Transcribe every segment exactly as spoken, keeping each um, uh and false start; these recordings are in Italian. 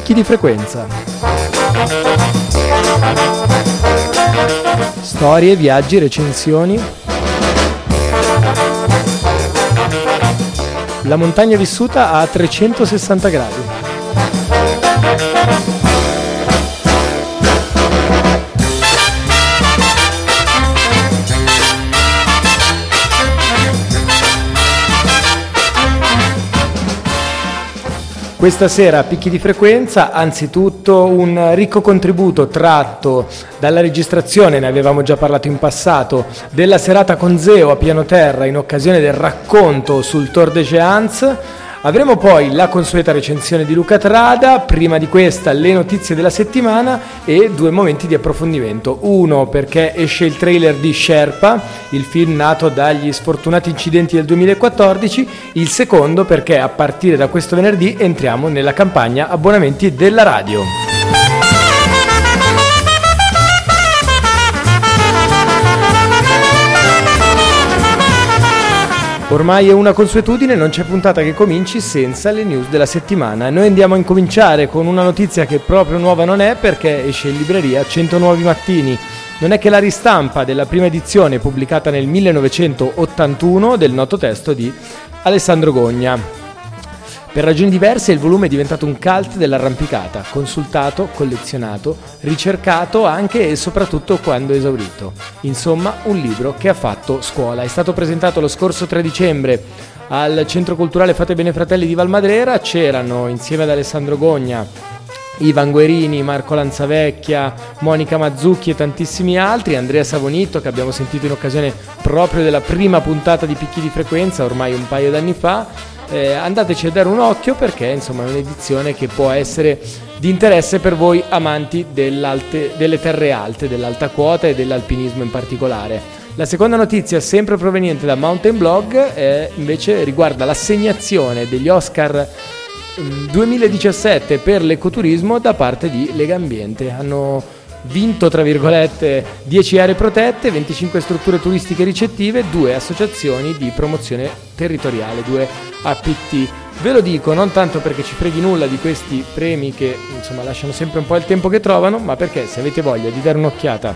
Picchi di frequenza. Storie, viaggi, recensioni. La montagna vissuta a trecentosessanta gradi. Questa sera a Picchi di frequenza, anzitutto un ricco contributo tratto dalla registrazione, ne avevamo già parlato in passato, della serata con Zeo a piano terra in occasione del racconto sul Tour de Géants. Avremo poi la consueta recensione di Luca Trada, prima di questa le notizie della settimana e due momenti di approfondimento. Uno perché esce il trailer di Sherpa, il film nato dagli sfortunati incidenti del duemilaquattordici, il secondo perché a partire da questo venerdì entriamo nella campagna abbonamenti della radio. Ormai è una consuetudine, non c'è puntata che cominci senza le news della settimana. Noi andiamo a incominciare con una notizia che proprio nuova non è, perché esce in libreria cento nuovi mattini. Non è che la ristampa della prima edizione pubblicata nel millenovecentottantuno del noto testo di Alessandro Gogna. Per ragioni diverse il volume è diventato un cult dell'arrampicata, consultato, collezionato, ricercato anche e soprattutto quando esaurito. Insomma, un libro che ha fatto scuola. È stato presentato lo scorso tre dicembre al Centro Culturale Fate Bene Fratelli di Valmadrera. C'erano, insieme ad Alessandro Gogna, Ivan Guerini, Marco Lanzavecchia, Monica Mazzucchi e tantissimi altri, Andrea Savonito, che abbiamo sentito in occasione proprio della prima puntata di Picchi di frequenza, ormai un paio d'anni fa. Eh, andateci a dare un occhio perché insomma è un'edizione che può essere di interesse per voi amanti dell'alte, delle terre alte, dell'alta quota e dell'alpinismo in particolare. La seconda notizia, sempre proveniente da Mountain Blog, eh, invece riguarda l'assegnazione degli Oscar duemiladiciassette per l'ecoturismo da parte di Legambiente. Hanno vinto, tra virgolette, dieci aree protette, venticinque strutture turistiche ricettive, due associazioni di promozione territoriale, due A P T. Ve lo dico non tanto perché ci freghi nulla di questi premi che insomma lasciano sempre un po' il tempo che trovano, ma perché se avete voglia di dare un'occhiata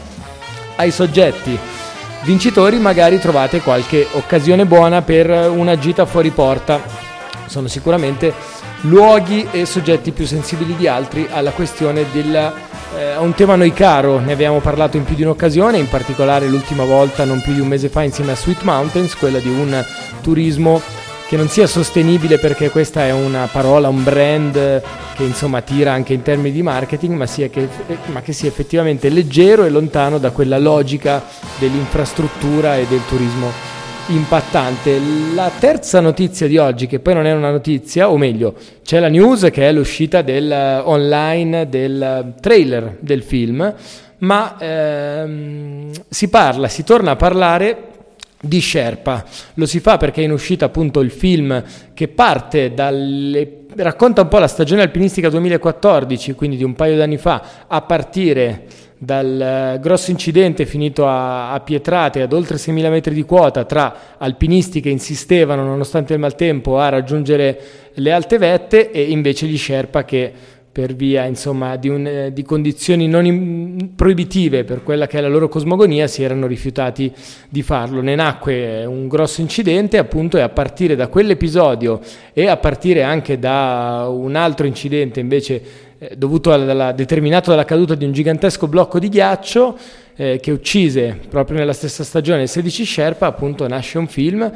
ai soggetti vincitori magari trovate qualche occasione buona per una gita fuori porta. Sono sicuramente luoghi e soggetti più sensibili di altri alla questione del eh, a un tema a noi caro. Ne abbiamo parlato in più di un'occasione, in particolare l'ultima volta non più di un mese fa insieme a Sweet Mountains, quella di un turismo che non sia sostenibile, perché questa è una parola, un brand che insomma tira anche in termini di marketing, ma sia che, ma che sia effettivamente leggero e lontano da quella logica dell'infrastruttura e del turismo impattante. La terza notizia di oggi, che poi non è una notizia, o meglio c'è la news che è l'uscita del online del trailer del film, ma ehm, si parla, si torna a parlare di Sherpa. Lo si fa perché è in uscita appunto il film che parte dalle, racconta un po' la stagione alpinistica duemilaquattordici, quindi di un paio d'anni fa, a partire dal grosso incidente finito a, a Pietrate ad oltre seimila metri di quota tra alpinisti che insistevano nonostante il maltempo a raggiungere le alte vette e invece gli Sherpa che per via insomma di, un, di condizioni non in, proibitive per quella che è la loro cosmogonia si erano rifiutati di farlo. Ne nacque un grosso incidente appunto, e a partire da quell'episodio e a partire anche da un altro incidente invece eh, dovuto alla, determinato dalla caduta di un gigantesco blocco di ghiaccio eh, che uccise proprio nella stessa stagione sedici Sherpa, appunto nasce un film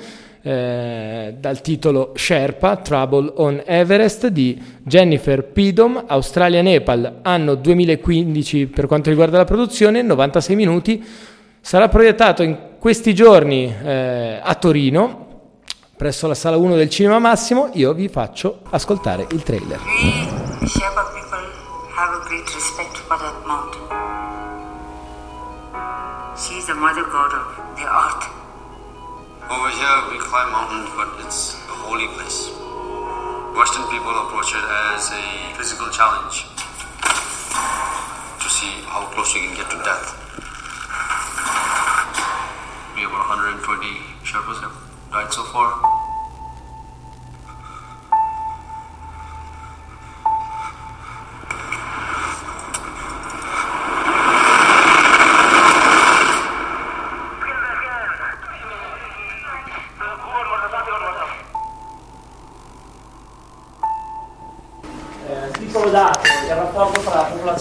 Eh, dal titolo Sherpa, Trouble on Everest di Jennifer Pidom, Australia-Nepal, anno duemilaquindici per quanto riguarda la produzione, novantasei minuti. Sarà proiettato in questi giorni eh, a Torino presso la sala uno del Cinema Massimo. Io vi faccio ascoltare il trailer. We Sherpa people have a great respect for that mountain. She is the mother god of the earth. Over here we climb mountains, but it's a holy place. Western people approach it as a physical challenge to see how close you can get to death. We about one hundred twenty Sherpas have died so far.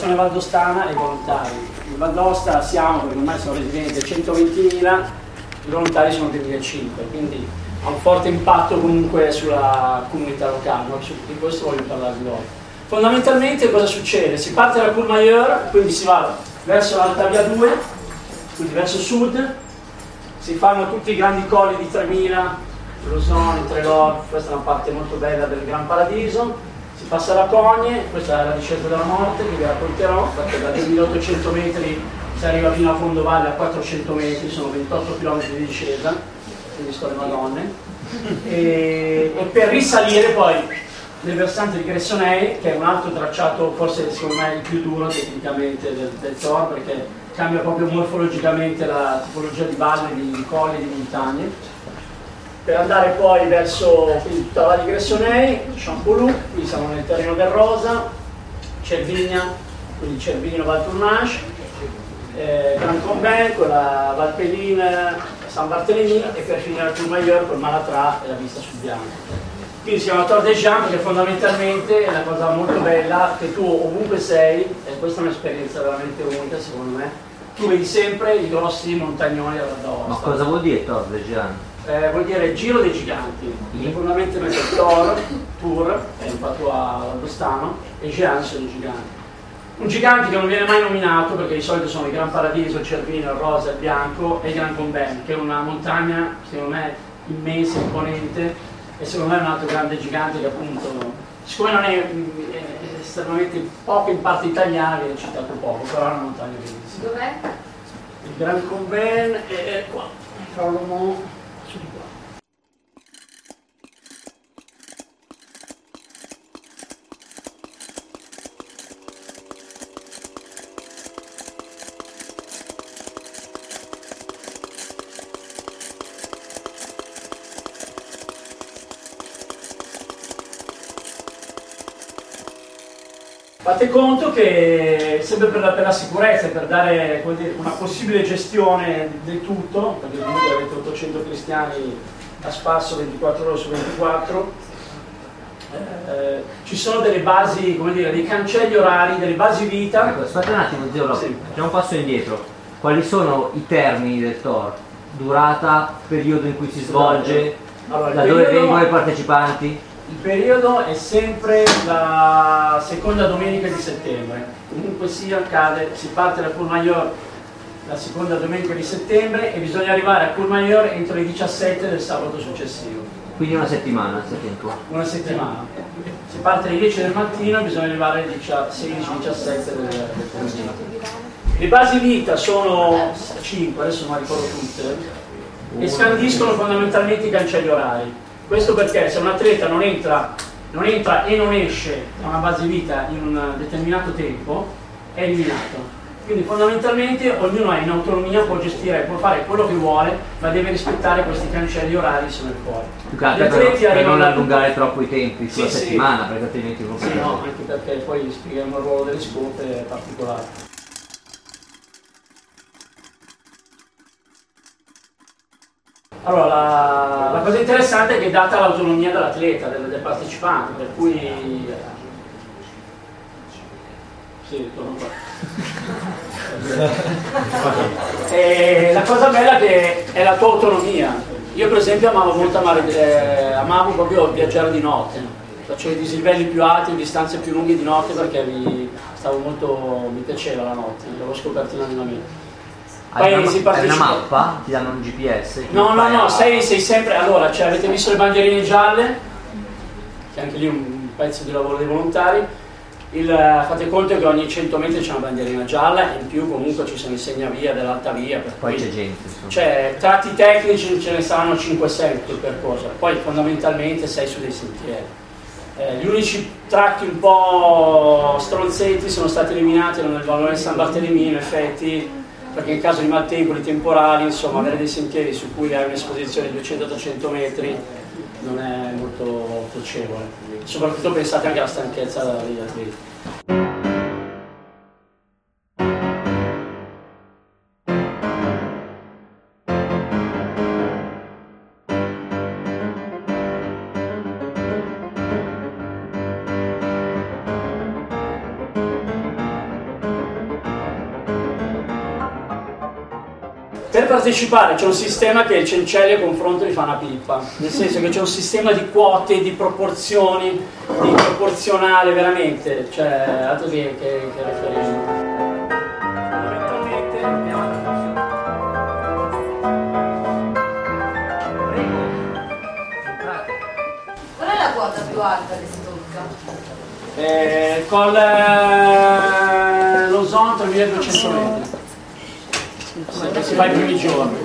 popolazione valdostana e i volontari. In Val d'Aosta siamo, perché ormai sono residenti, centoventimila, i volontari sono duemilacinquecento, quindi ha un forte impatto comunque sulla comunità locale, no? Di questo voglio parlare di loro. Fondamentalmente cosa succede? Si parte da Courmayeur, quindi si va verso l'Alta Via due, quindi verso sud, si fanno tutti i grandi colli di tremila, Lausanne, Trelor, questa è una parte molto bella del Gran Paradiso, si passa da Cogne, questa è la discesa della morte che vi racconterò, perché da duemilaottocento metri si arriva fino a fondovalle a quattrocento metri, sono ventotto chilometri di discesa, quindi sto le madonne, e, e per risalire poi nel versante di Gressoney, che è un altro tracciato forse secondo me il più duro tecnicamente del, del Tor, perché cambia proprio morfologicamente la tipologia di valle, di, di colli, di montagne, per andare poi verso quindi, tutta la Valle di Gressoney, Champolou, qui siamo nel terreno del Rosa, Cervigna, quindi Cervino Val Tournage, eh, Grand Combin, con la Valpelline, San Barthélemy e per finire a Courmayeur con Malatra e la vista sul bianco. Quindi si chiama Tor des Géants perché fondamentalmente è una cosa molto bella che tu ovunque sei, e questa è un'esperienza veramente unica secondo me, tu vedi sempre i grossi montagnoni della Val d'Aosta. Ma cosa vuol dire Tor des Géants? Eh, vuol dire Giro dei Giganti, mm. fondamentalmente Tor, Tour, è infatti a Valdostano, e Géants sono i giganti. Un gigante che non viene mai nominato perché di solito sono il Gran Paradiso, il Cervino, il Rosa, il Bianco e il Grand Combin, che è una montagna secondo me immensa, imponente, e secondo me è un altro grande gigante che appunto, siccome non è, è estremamente poco in parte italiana, viene citato poco, però è una montagna bellissima. Dov'è? Il Grand Combin è qua, fra l'uomo su di qua. Fate conto che sempre per la, per la sicurezza e per dare come dire, una possibile gestione del tutto, perché comunque avete ottocento cristiani a spasso ventiquattro ore su ventiquattro, eh, ci sono delle basi, come dire, dei cancelli orari, delle basi vita. Ecco, aspetta un attimo, zio, sì. Facciamo un passo indietro. Quali sono i termini del Tor? Durata, periodo in cui si svolge, allora, da dove periodo... vengono i partecipanti? Il periodo è sempre la seconda domenica di settembre, comunque sia accade, si parte da Courmayeur la seconda domenica di settembre e bisogna arrivare a Courmayeur entro le diciassette del sabato successivo. Quindi una settimana, se tempo. Una settimana. Si parte alle dieci del mattino e bisogna arrivare alle sedici diciassette del, del pomeriggio. Le basi vita sono cinque, adesso non ricordo tutte, e scandiscono fondamentalmente i cancelli orari. Questo perché se un atleta non entra, non entra e non esce da una base vita in un determinato tempo, è eliminato. Quindi fondamentalmente ognuno è in autonomia, può gestire, può fare quello che vuole, ma deve rispettare questi cancelli orari sono il cuore. Più che altro per, per non allungare troppo i tempi sulla sì, settimana, sì. Perché altrimenti non sì, no, anche perché poi spieghiamo il ruolo delle scope particolare. Allora, la, la cosa interessante è che è data l'autonomia dell'atleta, del, del partecipante, per cui... Sì, torno qua. E la cosa bella è che è la tua autonomia. Io per esempio amavo molto amare, eh, amavo proprio viaggiare di notte. Facevo i dislivelli più alti, distanze più lunghe di notte perché mi, stavo molto, mi piaceva la notte, l'avevo scoperto in allenamento. Hai una, si hai una mappa? Ti danno un G P S? No, no, no, sei, sei sempre... Allora, cioè, avete visto le bandierine gialle? Che anche lì un pezzo di lavoro dei volontari. Il, fate conto che ogni cento metri c'è una bandierina gialla e in più comunque ci sono i segnavia dell'alta via. Per poi cui, c'è gente. Insomma. Cioè, tratti tecnici ce ne saranno cinque sei tutto il percorso. Poi fondamentalmente sei su dei sentieri. Eh, gli unici tratti un po' stronzetti sono stati eliminati nel valore San Barthélemy, in effetti, perché in caso di maltempo, di temporali, insomma, avere dei sentieri su cui hai un'esposizione di duecento ottocento metri non è molto piacevole. Soprattutto pensate anche alla stanchezza degli atleti. Per partecipare c'è un sistema che il Cencelli a confronto gli fa una pippa, nel senso che c'è un sistema di quote, di proporzioni, di proporzionale veramente, cioè altro che, che, che riferisco. Fondamentalmente andiamo alla Qual è la quota più alta che si tocca? Eh, con eh, l'Oson tremiladuecento metri. Si fa i primi giorni.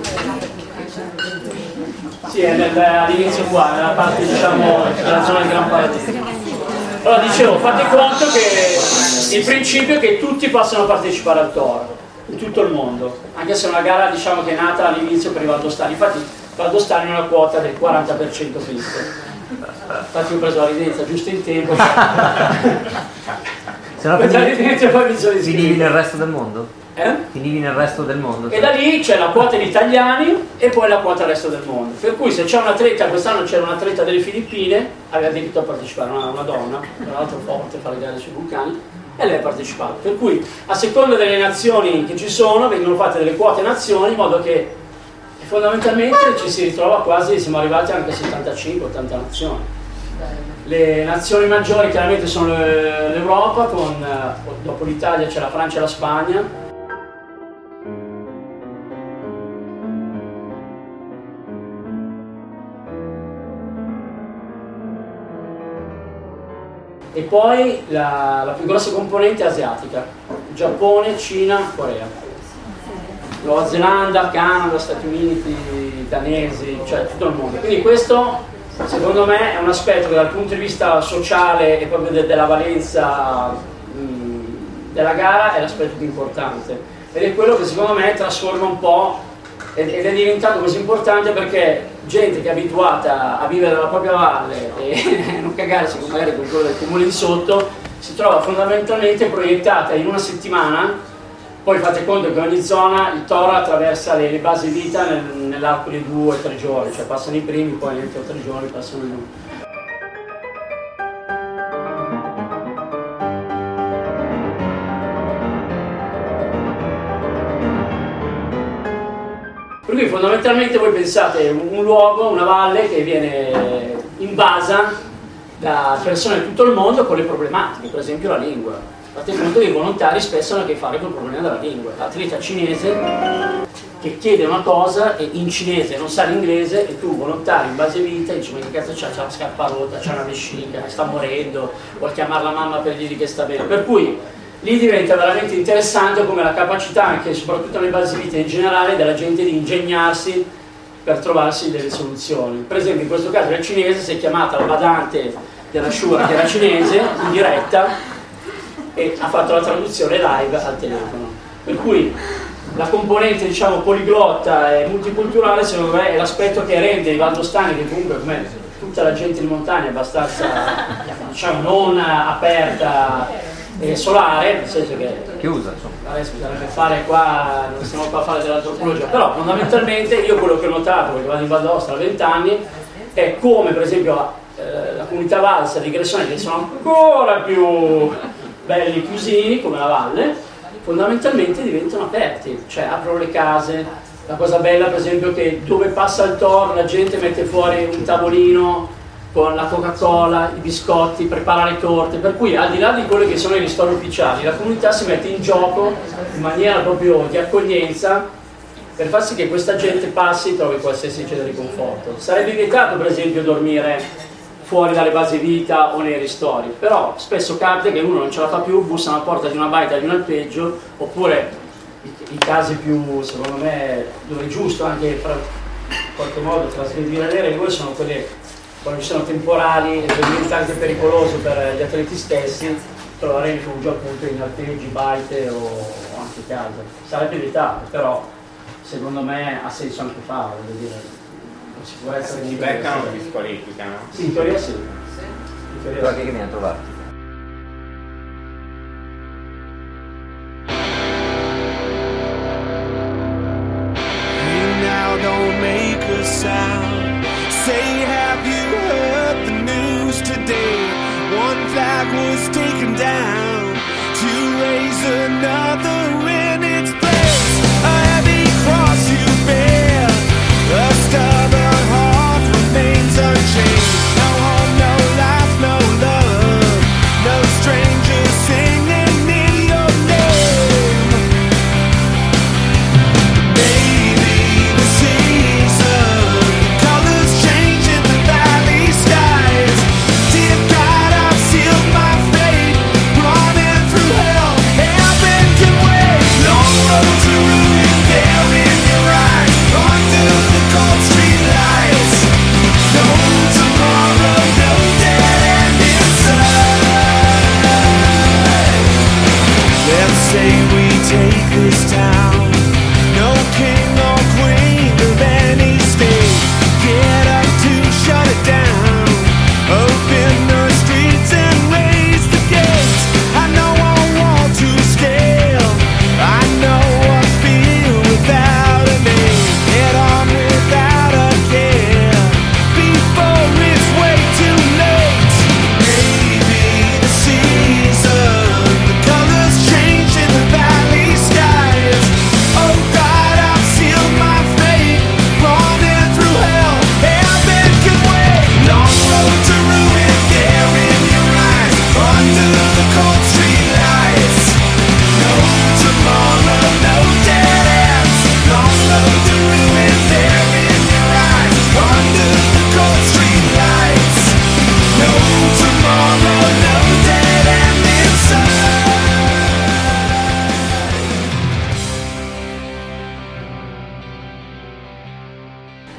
Sì, è nel, all'inizio qua, nella parte diciamo della zona di Gran Paradiso. Allora dicevo, fate conto che il principio è che tutti possano partecipare al Toro, in tutto il mondo, anche se è una gara diciamo che è nata all'inizio per i valdostani. Infatti i valdostani hanno una quota del quaranta per cento fisso. Infatti ho preso la residenza giusto in tempo. Se no finivi, finivi nel resto del mondo? Eh? Finivi nel resto del mondo. E da lì c'è la quota degli italiani e poi la quota del resto del mondo. Per cui se c'è un atleta, quest'anno c'era un atleta delle Filippine, aveva diritto a partecipare, una, una donna, tra l'altro forte, fa le gare sui vulcani, e lei ha partecipato. Per cui a seconda delle nazioni che ci sono vengono fatte delle quote nazioni in modo che fondamentalmente ci si ritrova quasi, siamo arrivati anche a settantacinque ottanta nazioni. Le nazioni maggiori chiaramente sono l'Europa, con, dopo l'Italia c'è la Francia e la Spagna. E poi la, la più grossa componente è asiatica, Giappone, Cina, Corea. Nuova Zelanda, Canada, Stati Uniti, danesi, cioè tutto il mondo. Quindi questo secondo me è un aspetto che dal punto di vista sociale e proprio de, della valenza mh, della gara è l'aspetto più importante. Ed è quello che secondo me trasforma un po' ed, ed è diventato così importante perché gente che è abituata a vivere nella propria valle e non cagarsi magari con quello del comune di sotto si trova fondamentalmente proiettata in una settimana. Poi fate conto che ogni zona il Toro attraversa le, le basi vita nel, nell'arco di due o tre giorni, cioè passano i primi, poi entro tre giorni passano gli ultimi. Per cui fondamentalmente voi pensate un, un luogo, una valle che viene invasa da persone di tutto il mondo con le problematiche, per esempio la lingua. Fate conto che i volontari spesso hanno a che fare col problema della lingua. L'atleta cinese che chiede una cosa e in cinese non sa l'inglese e tu volontario in base vita dici ma che cazzo c'ha, c'ha una scarpa rotta, c'ha una vescica, sta morendo, vuoi chiamare la mamma per dirgli che sta bene. Per cui lì diventa veramente interessante come la capacità anche soprattutto nelle basi vita in generale della gente di ingegnarsi per trovarsi delle soluzioni. Per esempio in questo caso la cinese si è chiamata la badante della Shura che era cinese in diretta e ha fatto la traduzione live al telefono. Per cui la componente diciamo poliglotta e multiculturale secondo me è l'aspetto che rende i valdostani, che comunque come tutta la gente di montagna è abbastanza diciamo non aperta e solare, nel senso che chiusa insomma. Adesso bisognerebbe fare qua, non stiamo qua a fare dell'antropologia, però fondamentalmente io quello che ho notato perché vado in Val d'Aosta da vent'anni è come per esempio eh, la comunità valsa di Gressone, che sono ancora più belli chiusini come la valle, fondamentalmente diventano aperti, cioè aprono le case. La cosa bella per esempio è che dove passa il Toro la gente mette fuori un tavolino con la Coca-Cola, i biscotti, prepara le torte, per cui al di là di quelli che sono i ristori ufficiali la comunità si mette in gioco in maniera proprio di accoglienza per far sì che questa gente passi e trovi qualsiasi genere di conforto. Sarebbe vietato per esempio dormire fuori dalle basi vita o nei ristori, però spesso capita che uno non ce la fa più, bussa alla porta di una baita di un alpeggio, oppure i, i casi più, secondo me, dove è giusto anche fra, in qualche modo trasgredire le regole sono quelle quando ci sono temporali e diventa anche pericoloso per gli atleti stessi trovare rifugio appunto in alpeggi, baite o anche case. Sarebbe vietato, però secondo me ha senso anche farlo, voglio dire. Si può essere si beccano si squalificano? Sì, in teoria sì. In teoria però sì. Che viene a trovarti? Hey now don't make a sound. Say have you heard the news today? One flag was taken down to raise another in its place. A heavy cross you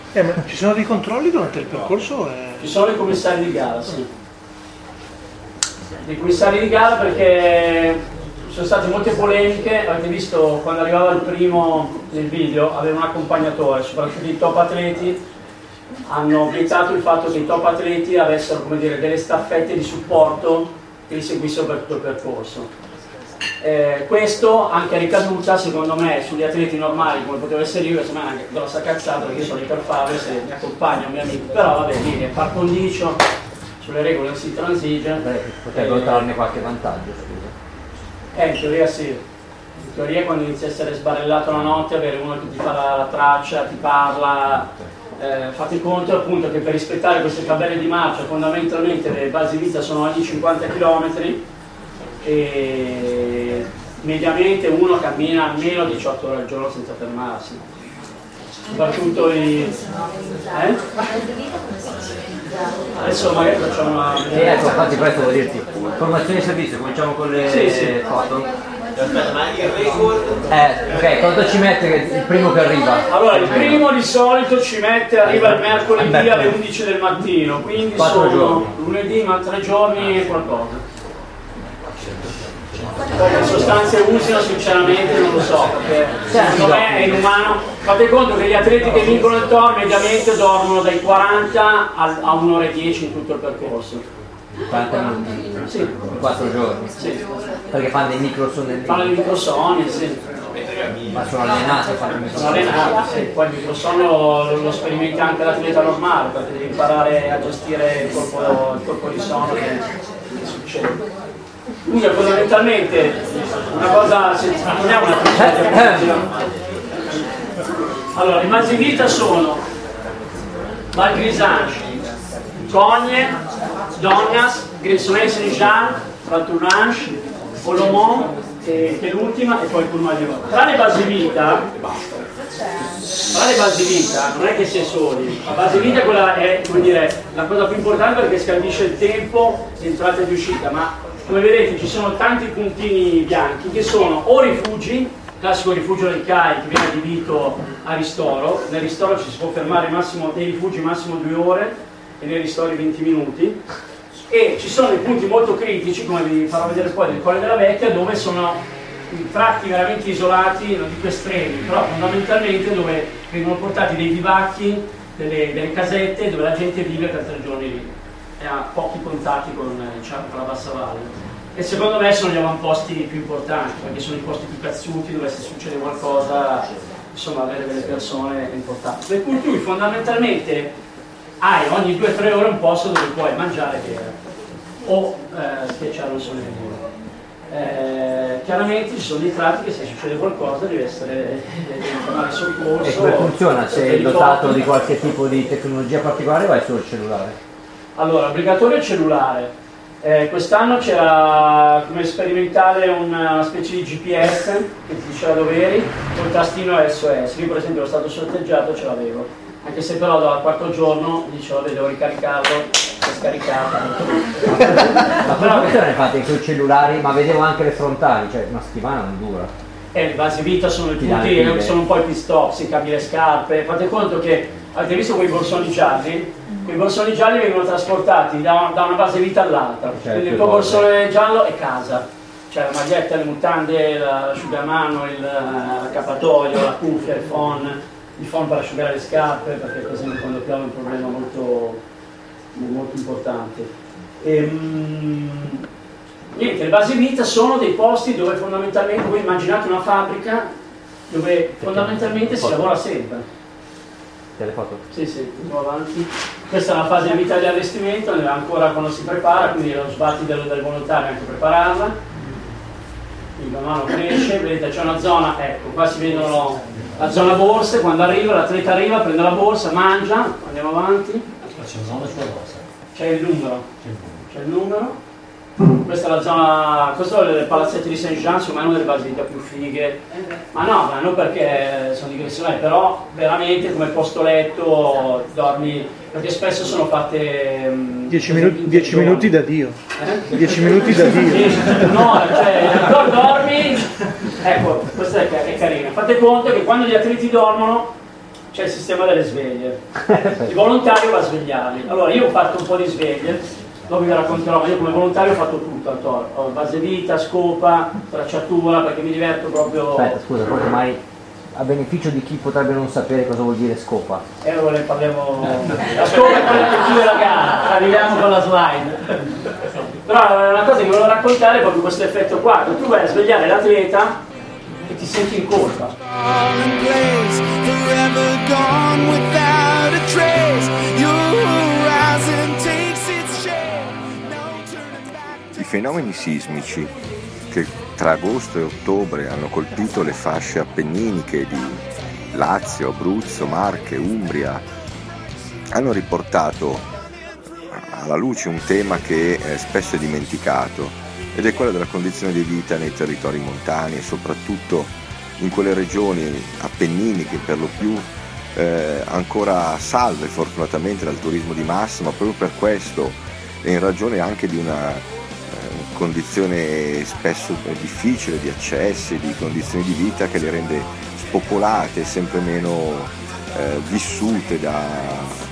Eh, ma ci sono dei controlli durante il percorso? Eh... Ci sono i commissari di gara, sì. I commissari di gara perché ci sono state molte polemiche, avete visto quando arrivava il primo nel video, aveva un accompagnatore, soprattutto i top atleti hanno vietato il fatto che i top atleti avessero, come dire, delle staffette di supporto che li seguissero per tutto il percorso. Eh, questo anche a ricaduta secondo me sugli atleti normali come potevo essere io, insomma è anche grossa cazzata perché io sono lì per farlo se mi accompagna un mio amico, però vabbè lì par condicio sulle regole non si transige. Beh, potrebbe eh, trarne qualche vantaggio, scusa. Eh, in teoria sì, in teoria quando inizi a essere sbarellato la notte avere uno che ti fa la, la traccia, ti parla, eh, fate conto appunto che per rispettare queste tabelle di marcia fondamentalmente le basi vita sono ogni cinquanta chilometri e mediamente uno cammina almeno diciotto ore al giorno senza fermarsi, soprattutto i... Eh? Adesso magari facciamo una... Eh, ecco, infatti questo vuol dirti, formazione di servizio, cominciamo con le sì, sì. foto. Aspetta, ma il record? Eh, ok, quanto ci mette il primo che arriva? Allora, il primo di solito ci mette, arriva il mercoledì alle undici del mattino, quindi sono giorni. Lunedì, ma tre giorni e qualcosa. Poi che sostanze usino sinceramente non lo so, perché secondo me è inumano. Fate conto che gli atleti che vincono il Tour mediamente dormono dai quaranta a un'ora e dieci in tutto il percorso. quaranta minuti? Sì. quattro giorni? Sì. Perché fanno dei microsonni? Fanno dei microsonni, sì. Ma sono allenati a fare il Sono allenati, sì. Poi il microsono lo, lo sperimenta anche l'atleta normale, perché devi imparare a gestire il corpo, il corpo di sonno che, che succede. Comunque fondamentalmente una cosa, non è una tragedia. Allora, i mazzi vita sono Val Grisange, Cogne, Donnas, Gressoney-Saint-Jean, Val-Tournanche, Olomont, che è l'ultima, e poi il Courmayeur. Tra le basi vita, tra le basi vita non è che si è soli, la base vita quella è, come dire, la cosa più importante perché scandisce il tempo di entrata e di uscita, ma come vedete ci sono tanti puntini bianchi che sono o rifugi, classico rifugio del C A I che viene adibito a ristoro, nel ristoro ci si può fermare massimo, nei rifugi massimo due ore e nei ristori venti minuti, e ci sono dei punti molto critici come vi farò vedere poi del Colle della Vecchia dove sono tratti veramente isolati, non dico estremi, però fondamentalmente dove vengono portati dei bivacchi, delle, delle casette dove la gente vive per tre giorni lì e ha pochi contatti con, diciamo, con la bassa valle, e secondo me sono gli avamposti più importanti perché sono i posti più cazzuti dove se succede qualcosa insomma avere delle persone è importante, per cui tu fondamentalmente hai ogni due o tre ore un posto dove puoi mangiare e bere o eh, schiacciare un sollevamento. Eh, chiaramente ci sono dei tratti che se succede qualcosa deve essere devi chiamare soccorso. E come funziona? Sei dotato di qualche tipo di tecnologia particolare o vai solo il cellulare? Allora, obbligatorio il cellulare. Eh, quest'anno c'era come sperimentale una, una specie di G P S che ti diceva dove eri, col tastino S O S. Io per esempio ero stato sorteggiato, ce l'avevo. Anche se però dal quarto giorno dicevo, vabbè, devo ricaricarlo, è scaricato. Ma però questo ne fate con i cellulari, ma vedevo anche le frontali, cioè una stivana non dura. Eh, le basi vita sono i punti, sono un po' i pit stop, si cambi le scarpe. Fate conto che, avete visto quei borsoni gialli? Quei borsoni gialli vengono trasportati da, da una base vita all'altra, cioè, quindi il tuo borsone giallo è casa, cioè la maglietta, le mutande, l'asciugamano, il l'accappatoio, la cuffia, il phon, il phon per asciugare le scarpe, perché per esempio quando piove è un problema molto, molto importante. E, mm, niente, le basi vita sono dei posti dove fondamentalmente, voi immaginate una fabbrica dove fondamentalmente si lavora sempre. Le foto? Sì, sì, andiamo avanti. Questa è la fase di vita di allestimento, ancora quando si prepara, quindi lo sbatti del, del volontario anche prepararla. Quindi man mano cresce, vedete c'è una zona, ecco, qua si vedono la zona borse, quando arriva, l'atleta arriva, prende la borsa, mangia, andiamo avanti. C'è il numero, c'è il numero. Questa è la zona, questo è il palazzetto di Saint-Jean, secondo me è una delle basi vita più fighe, ma no, ma non perché sono di Gressoney, però veramente come posto letto dormi, perché spesso sono fatte dieci minuti, dieci minuti da Dio, eh? dieci minuti da Dio, un'ora, cioè dormi, ecco, questa è, è carina. Fate conto che quando gli atleti dormono c'è il sistema delle sveglie. Il volontario va a svegliarli. Allora io ho fatto un po' di sveglie, dopo vi racconterò, ma io come volontario ho fatto tutto al Tor. Ho base vita, scopa, tracciatura, perché mi diverto proprio. Aspetta, scusa, poi ormai a beneficio di chi potrebbe non sapere cosa vuol dire scopa. E allora ne parliamo. La scopa è quella che chiude la gara, arriviamo con la slide. Però una cosa che volevo raccontare è proprio questo effetto qua, che tu vai a svegliare l'atleta e ti senti in colpa. I fenomeni sismici che tra agosto e ottobre hanno colpito le fasce appenniniche di Lazio, Abruzzo, Marche, Umbria hanno riportato alla luce un tema che è spesso è dimenticato, ed è quello della condizione di vita nei territori montani e soprattutto in quelle regioni appenniniche per lo più eh, ancora salve fortunatamente dal turismo di massa, ma proprio per questo e in ragione anche di una eh, condizione spesso difficile di accessi, di condizioni di vita che le rende spopolate e sempre meno eh, vissute da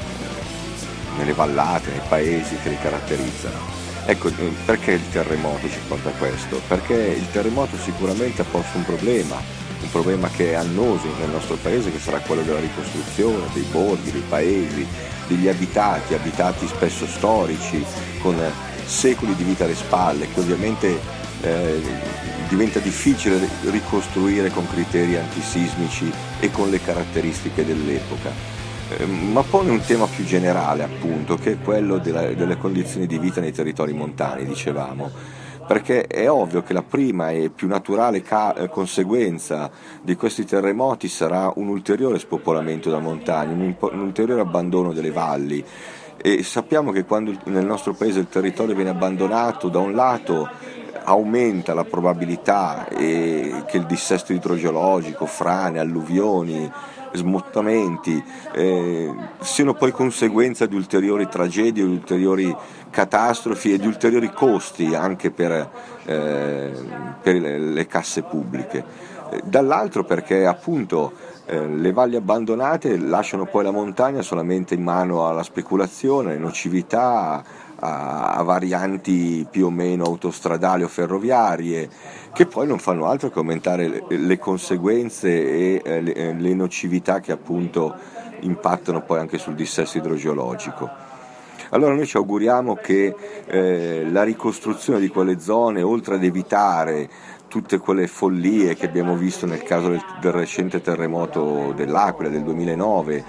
nelle vallate, nei paesi che li caratterizzano. Ecco, perché il terremoto ci porta a questo? Perché il terremoto sicuramente ha posto un problema, un problema che è annoso nel nostro paese, che sarà quello della ricostruzione dei borghi, dei paesi, degli abitati, abitati spesso storici, con secoli di vita alle spalle, che ovviamente eh, diventa difficile ricostruire con criteri antisismici e con le caratteristiche dell'epoca. Ma pone un tema più generale, appunto, che è quello della, delle condizioni di vita nei territori montani, dicevamo, perché è ovvio che la prima e più naturale ca- conseguenza di questi terremoti sarà un ulteriore spopolamento da montagna, un, impo- un ulteriore abbandono delle valli, e sappiamo che quando nel nostro paese il territorio viene abbandonato, da un lato aumenta la probabilità e che il dissesto idrogeologico, frane, alluvioni, smottamenti eh, siano poi conseguenza di ulteriori tragedie, di ulteriori catastrofi e di ulteriori costi anche per, eh, per le casse pubbliche. Dall'altro perché appunto eh, le valli abbandonate lasciano poi la montagna solamente in mano alla speculazione, alle nocività, a, a varianti più o meno autostradali o ferroviarie, che poi non fanno altro che aumentare le, le conseguenze e eh, le, le nocività che appunto impattano poi anche sul dissesto idrogeologico. Allora noi ci auguriamo che eh, la ricostruzione di quelle zone, oltre ad evitare tutte quelle follie che abbiamo visto nel caso del, del recente terremoto dell'Aquila del duemilanove,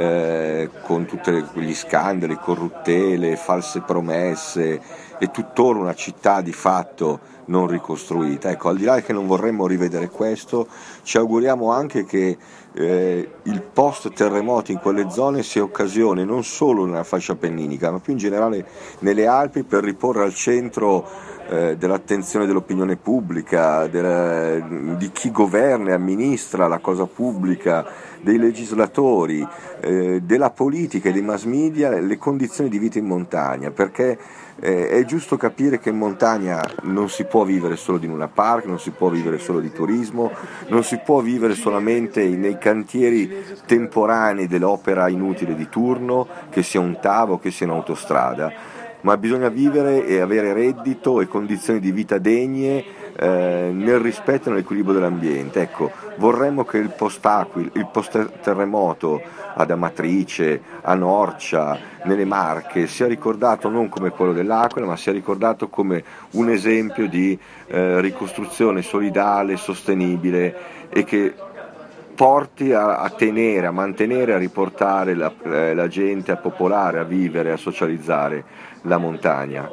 eh, con tutti quegli scandali, corruttele, false promesse e tuttora una città di fatto non ricostruita. Ecco, al di là che non vorremmo rivedere questo, ci auguriamo anche che eh, il post terremoto in quelle zone sia occasione non solo nella fascia appenninica, ma più in generale nelle Alpi, per riporre al centro eh, dell'attenzione dell'opinione pubblica, della, di chi governa e amministra la cosa pubblica, dei legislatori, eh, della politica e dei mass media, le condizioni di vita in montagna, perché eh, è giusto capire che in montagna non si può vivere solo di Luna Park, non si può vivere solo di turismo, non si può vivere solamente nei cantieri temporanei dell'opera inutile di turno, che sia un T A V o che sia un'autostrada, ma bisogna vivere e avere reddito e condizioni di vita degne eh, nel rispetto e nell'equilibrio dell'ambiente. Ecco, vorremmo che il post-Aquila, il post-terremoto ad Amatrice, a Norcia, nelle Marche, sia ricordato non come quello dell'Aquila, ma sia ricordato come un esempio di eh, ricostruzione solidale, sostenibile, e che porti a, a tenere, a mantenere, a riportare la, eh, la gente, a popolare, a vivere, a socializzare la montagna.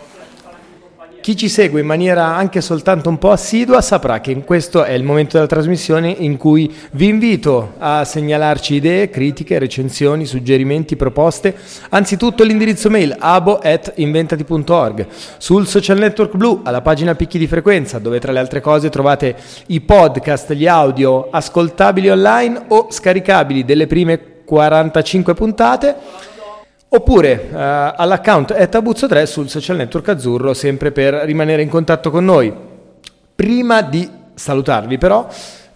Chi ci segue in maniera anche soltanto un po' assidua saprà che in questo è il momento della trasmissione in cui vi invito a segnalarci idee, critiche, recensioni, suggerimenti, proposte. Anzitutto l'indirizzo mail abo at inventati punto org, sul social network blu alla pagina Picchi di Frequenza, dove tra le altre cose trovate i podcast, gli audio ascoltabili online o scaricabili delle prime quarantacinque puntate, oppure uh, all'account at Abuzzo tre sul social network azzurro, sempre per rimanere in contatto con noi. Prima di salutarvi però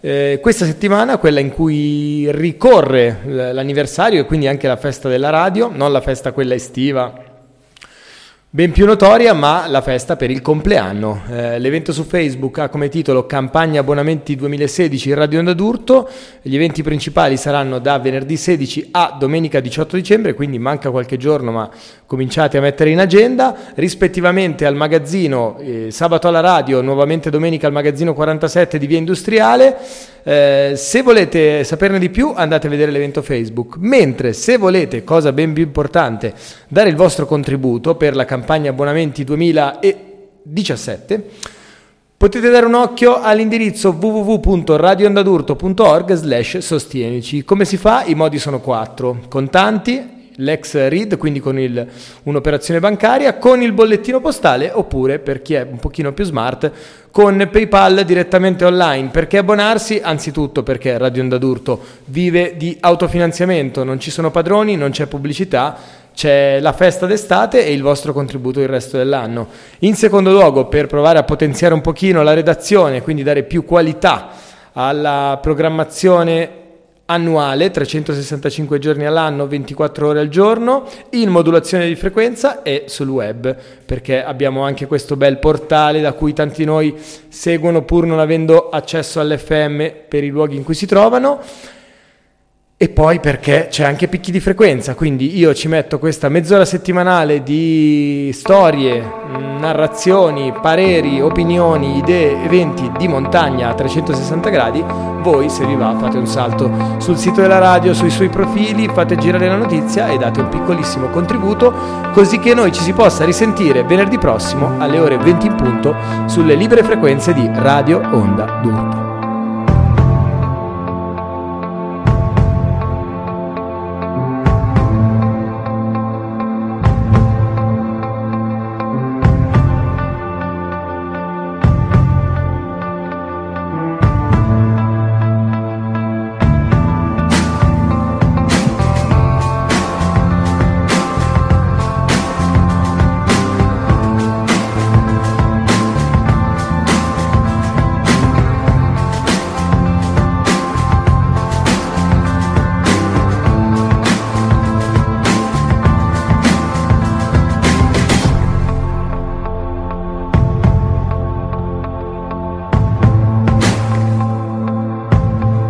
Eh, questa settimana, quella in cui ricorre l'anniversario e quindi anche la festa della radio, non la festa quella estiva ben più notoria, ma la festa per il compleanno. Eh, l'evento su Facebook ha come titolo Campagna Abbonamenti duemilasedici Radio Onda d'Urto. Gli eventi principali saranno da venerdì sedici a domenica diciotto dicembre, quindi manca qualche giorno, ma cominciate a mettere in agenda, rispettivamente al magazzino, eh, sabato alla radio, nuovamente domenica al magazzino quarantasette di Via Industriale. Eh, se volete saperne di più andate a vedere l'evento Facebook, mentre se volete, cosa ben più importante, dare il vostro contributo per la campagna abbonamenti duemiladiciassette, potete dare un occhio all'indirizzo w w w punto radio onda d'urto punto org slash sostienici. Come si fa? I modi sono quattro: contanti, l'ex R I D, quindi con il, un'operazione bancaria, con il bollettino postale, oppure, per chi è un pochino più smart, con PayPal direttamente online. Perché abbonarsi? Anzitutto perché Radio Onda d'Urto vive di autofinanziamento, non ci sono padroni, non c'è pubblicità, c'è la festa d'estate e il vostro contributo il resto dell'anno. In secondo luogo, per provare a potenziare un pochino la redazione, quindi dare più qualità alla programmazione annuale, trecentosessantacinque giorni all'anno, ventiquattro ore al giorno, in modulazione di frequenza e sul web, perché abbiamo anche questo bel portale da cui tanti di noi seguono pur non avendo accesso all'F M per i luoghi in cui si trovano. E poi perché c'è anche picchi di frequenza, quindi io ci metto questa mezz'ora settimanale di storie, narrazioni, pareri, opinioni, idee, eventi di montagna a trecentosessanta gradi. Voi, se vi va, fate un salto sul sito della radio, sui suoi profili, fate girare la notizia e date un piccolissimo contributo, così che noi ci si possa risentire venerdì prossimo alle ore venti in punto sulle libere frequenze di Radio Onda d'Urto.